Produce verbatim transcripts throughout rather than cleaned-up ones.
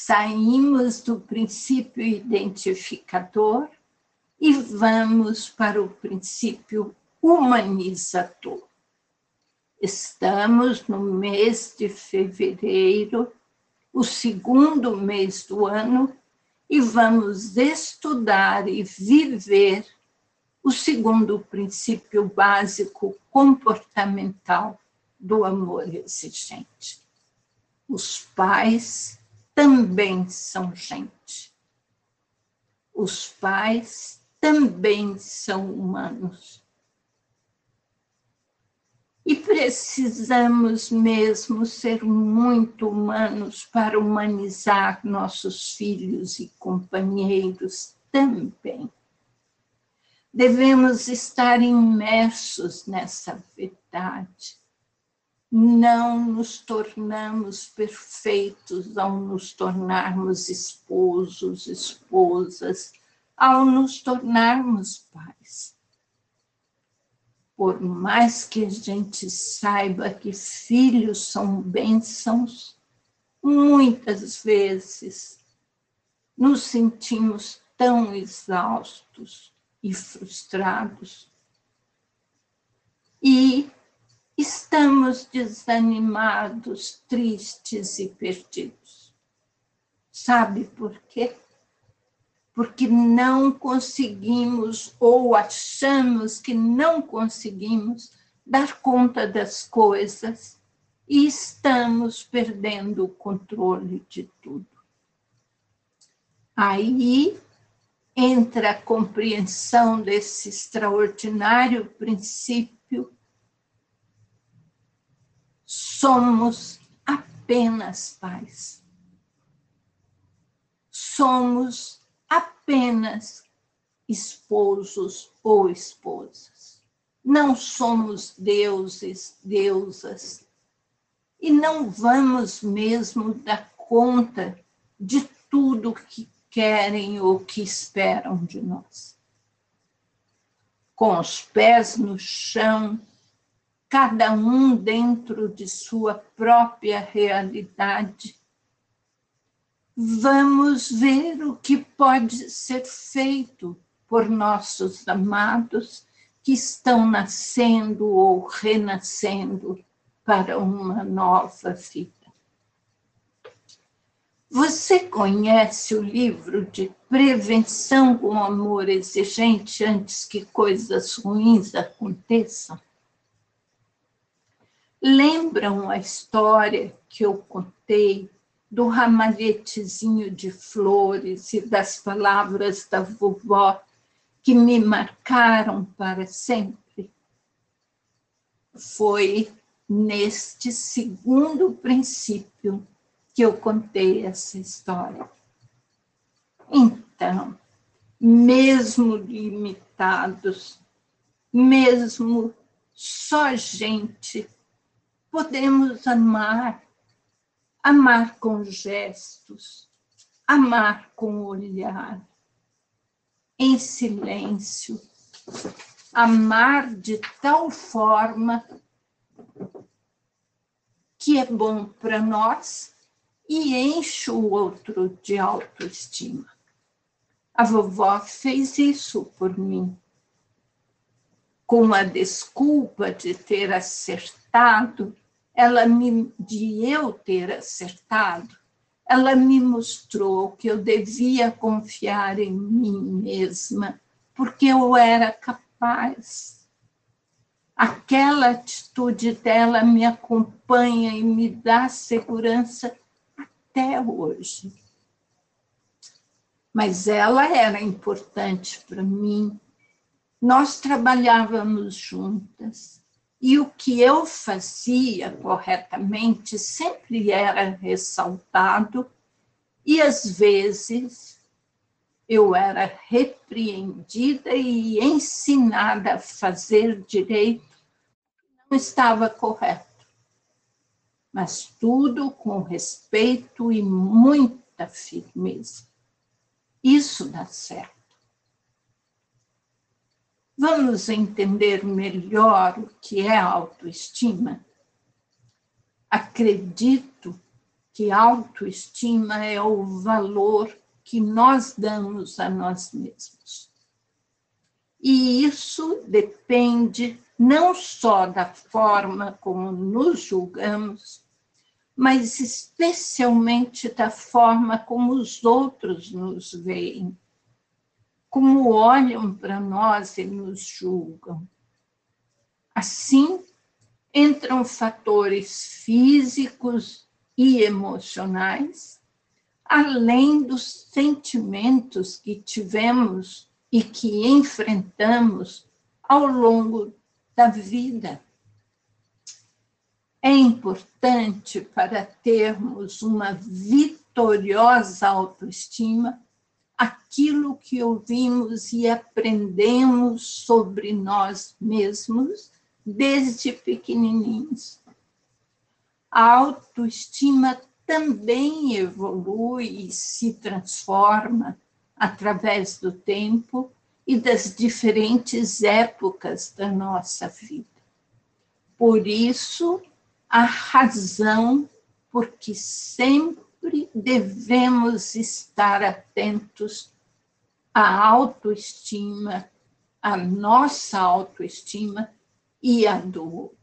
saímos do princípio identificador e vamos para o princípio humanizador. Estamos no mês de fevereiro, o segundo mês do ano, e vamos estudar e viver o segundo princípio básico comportamental do amor exigente. Os pais também são gente. Os pais também são humanos. E precisamos mesmo ser muito humanos para humanizar nossos filhos e companheiros também. Devemos estar imersos nessa verdade. Não nos tornamos perfeitos ao nos tornarmos esposos, esposas, ao nos tornarmos pais. Por mais que a gente saiba que filhos são bênçãos, muitas vezes nos sentimos tão exaustos e frustrados. E estamos desanimados, tristes e perdidos. Sabe por quê? Porque não conseguimos, ou achamos que não conseguimos, dar conta das coisas e estamos perdendo o controle de tudo. Aí entra a compreensão desse extraordinário princípio. Somos apenas pais. Somos apenas esposos ou esposas. Não somos deuses, deusas. E não vamos mesmo dar conta de tudo que querem ou que esperam de nós. Com os pés no chão, cada um dentro de sua própria realidade, vamos ver o que pode ser feito por nossos amados que estão nascendo ou renascendo para uma nova vida. Você conhece o livro de Prevenção com Amor Exigente antes que coisas ruins aconteçam? Lembram a história que eu contei do ramalhetezinho de flores e das palavras da vovó que me marcaram para sempre? Foi neste segundo princípio que eu contei essa história. Então, mesmo limitados, mesmo só gente, podemos amar. Amar com gestos, amar com olhar, em silêncio, amar de tal forma que é bom para nós e enche o outro de autoestima. A vovó fez isso por mim. Com a desculpa de ter acertado, ela me, de eu ter acertado, ela me mostrou que eu devia confiar em mim mesma, porque eu era capaz. Aquela atitude dela me acompanha e me dá segurança até hoje. Mas ela era importante para mim. Nós trabalhávamos juntas. E o que eu fazia corretamente sempre era ressaltado, e às vezes eu era repreendida e ensinada a fazer direito, não estava correto. Mas tudo com respeito e muita firmeza. Isso dá certo. Vamos entender melhor o que é autoestima? Acredito que autoestima é o valor que nós damos a nós mesmos. E isso depende não só da forma como nos julgamos, mas especialmente da forma como os outros nos veem, como olham para nós e nos julgam. Assim, entram fatores físicos e emocionais, além dos sentimentos que tivemos e que enfrentamos ao longo da vida. É importante, para termos uma vitoriosa autoestima, aquilo que ouvimos e aprendemos sobre nós mesmos desde pequenininhos. A autoestima também evolui e se transforma através do tempo e das diferentes épocas da nossa vida. Por isso, a razão por que sempre devemos estar atentos à autoestima, à nossa autoestima e à do outro.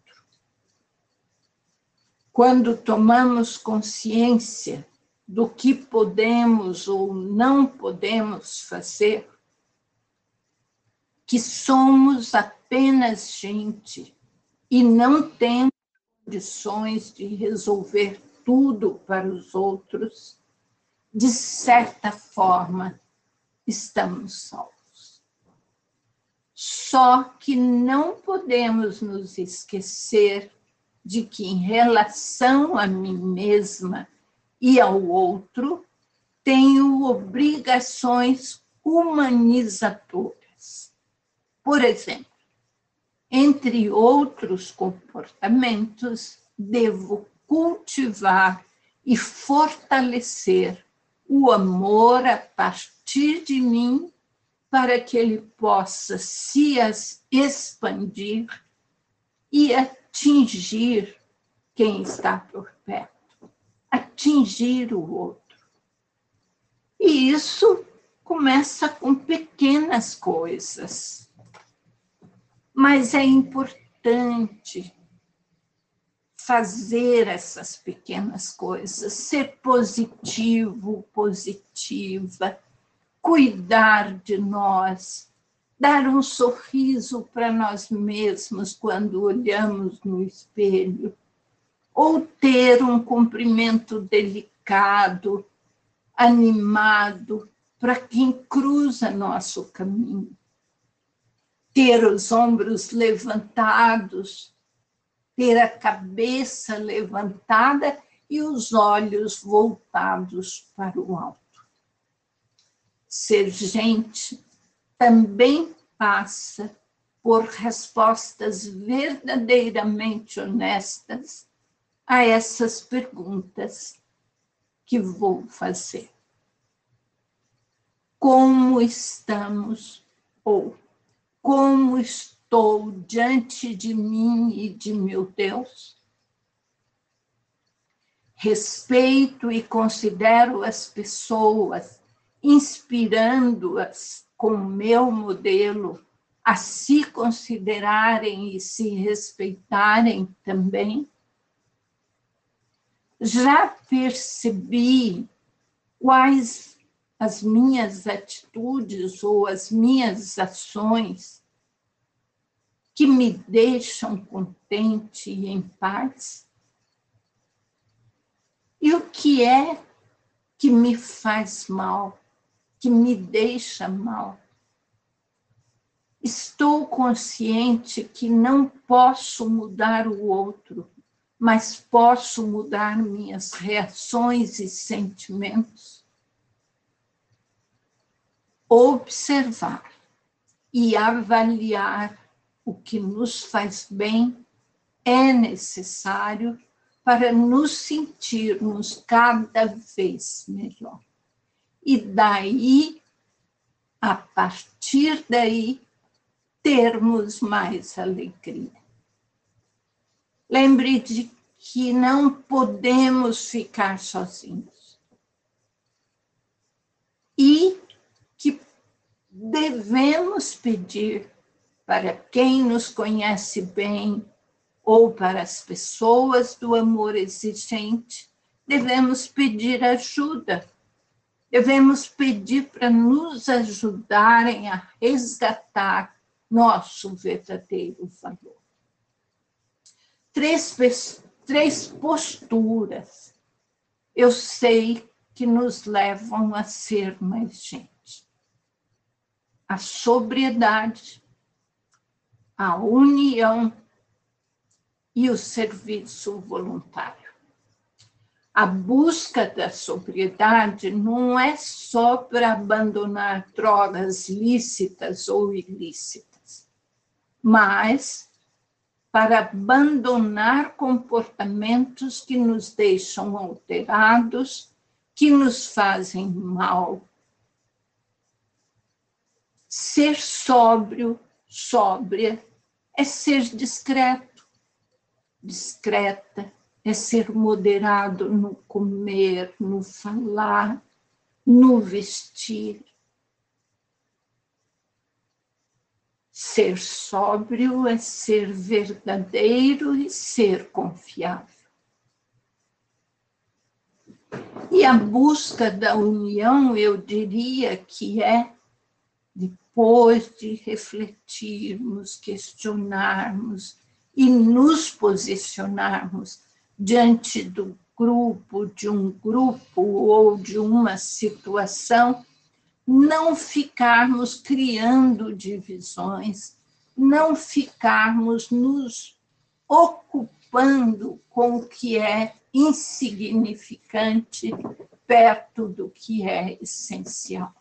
Quando tomamos consciência do que podemos ou não podemos fazer, que somos apenas gente e não temos condições de resolver tudo para os outros, de certa forma, estamos salvos. Só que não podemos nos esquecer de que, em relação a mim mesma e ao outro, tenho obrigações humanizadoras. Por exemplo, entre outros comportamentos, devo cultivar e fortalecer o amor a partir de mim para que ele possa se expandir e atingir quem está por perto, atingir o outro. E isso começa com pequenas coisas, mas é importante fazer essas pequenas coisas, ser positivo, positiva, cuidar de nós, dar um sorriso para nós mesmos quando olhamos no espelho, ou ter um cumprimento delicado, animado, para quem cruza nosso caminho. Ter os ombros levantados, ter a cabeça levantada e os olhos voltados para o alto. Ser gente também passa por respostas verdadeiramente honestas a essas perguntas que vou fazer. Como estamos ou como estou diante de mim e de meu Deus? Respeito e considero as pessoas, inspirando-as com o meu modelo a se considerarem e se respeitarem também? Já percebi quais as minhas atitudes ou as minhas ações que me deixam contente e em paz? E o que é que me faz mal, que me deixa mal? Estou consciente que não posso mudar o outro, mas posso mudar minhas reações e sentimentos? Observar e avaliar o que nos faz bem é necessário para nos sentirmos cada vez melhor. E daí, a partir daí, termos mais alegria. Lembre de que não podemos ficar sozinhos e que devemos pedir para quem nos conhece bem ou para as pessoas do amor exigente, devemos pedir ajuda. Devemos pedir para nos ajudarem a resgatar nosso verdadeiro valor. Três, três posturas eu sei que nos levam a ser mais gente. A sobriedade, a união e o serviço voluntário. A busca da sobriedade não é só para abandonar drogas lícitas ou ilícitas, mas para abandonar comportamentos que nos deixam alterados, que nos fazem mal. Ser sóbrio, sóbria, é ser discreto, discreta, é ser moderado no comer, no falar, no vestir. Ser sóbrio é ser verdadeiro e ser confiável. E a busca da união, eu diria que é, depois de refletirmos, questionarmos e nos posicionarmos diante do grupo, de um grupo ou de uma situação, não ficarmos criando divisões, não ficarmos nos ocupando com o que é insignificante perto do que é essencial.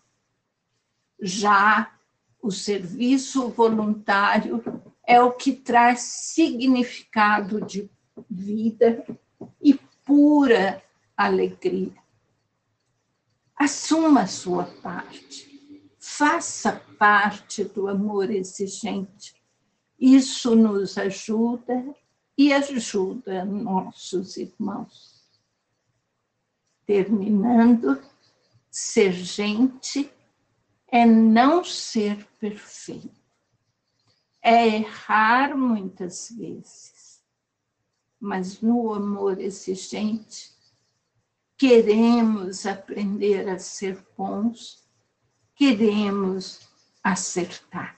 Já o serviço voluntário é o que traz significado de vida e pura alegria. Assuma a sua parte, faça parte do amor exigente. Isso nos ajuda e ajuda nossos irmãos. Terminando, ser gente é não ser perfeito, é errar muitas vezes, mas no amor exigente, queremos aprender a ser bons, queremos acertar.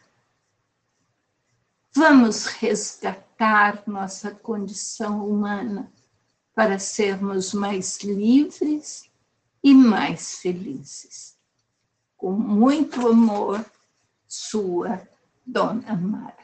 Vamos resgatar nossa condição humana para sermos mais livres e mais felizes. Com muito amor, sua Dona Mara.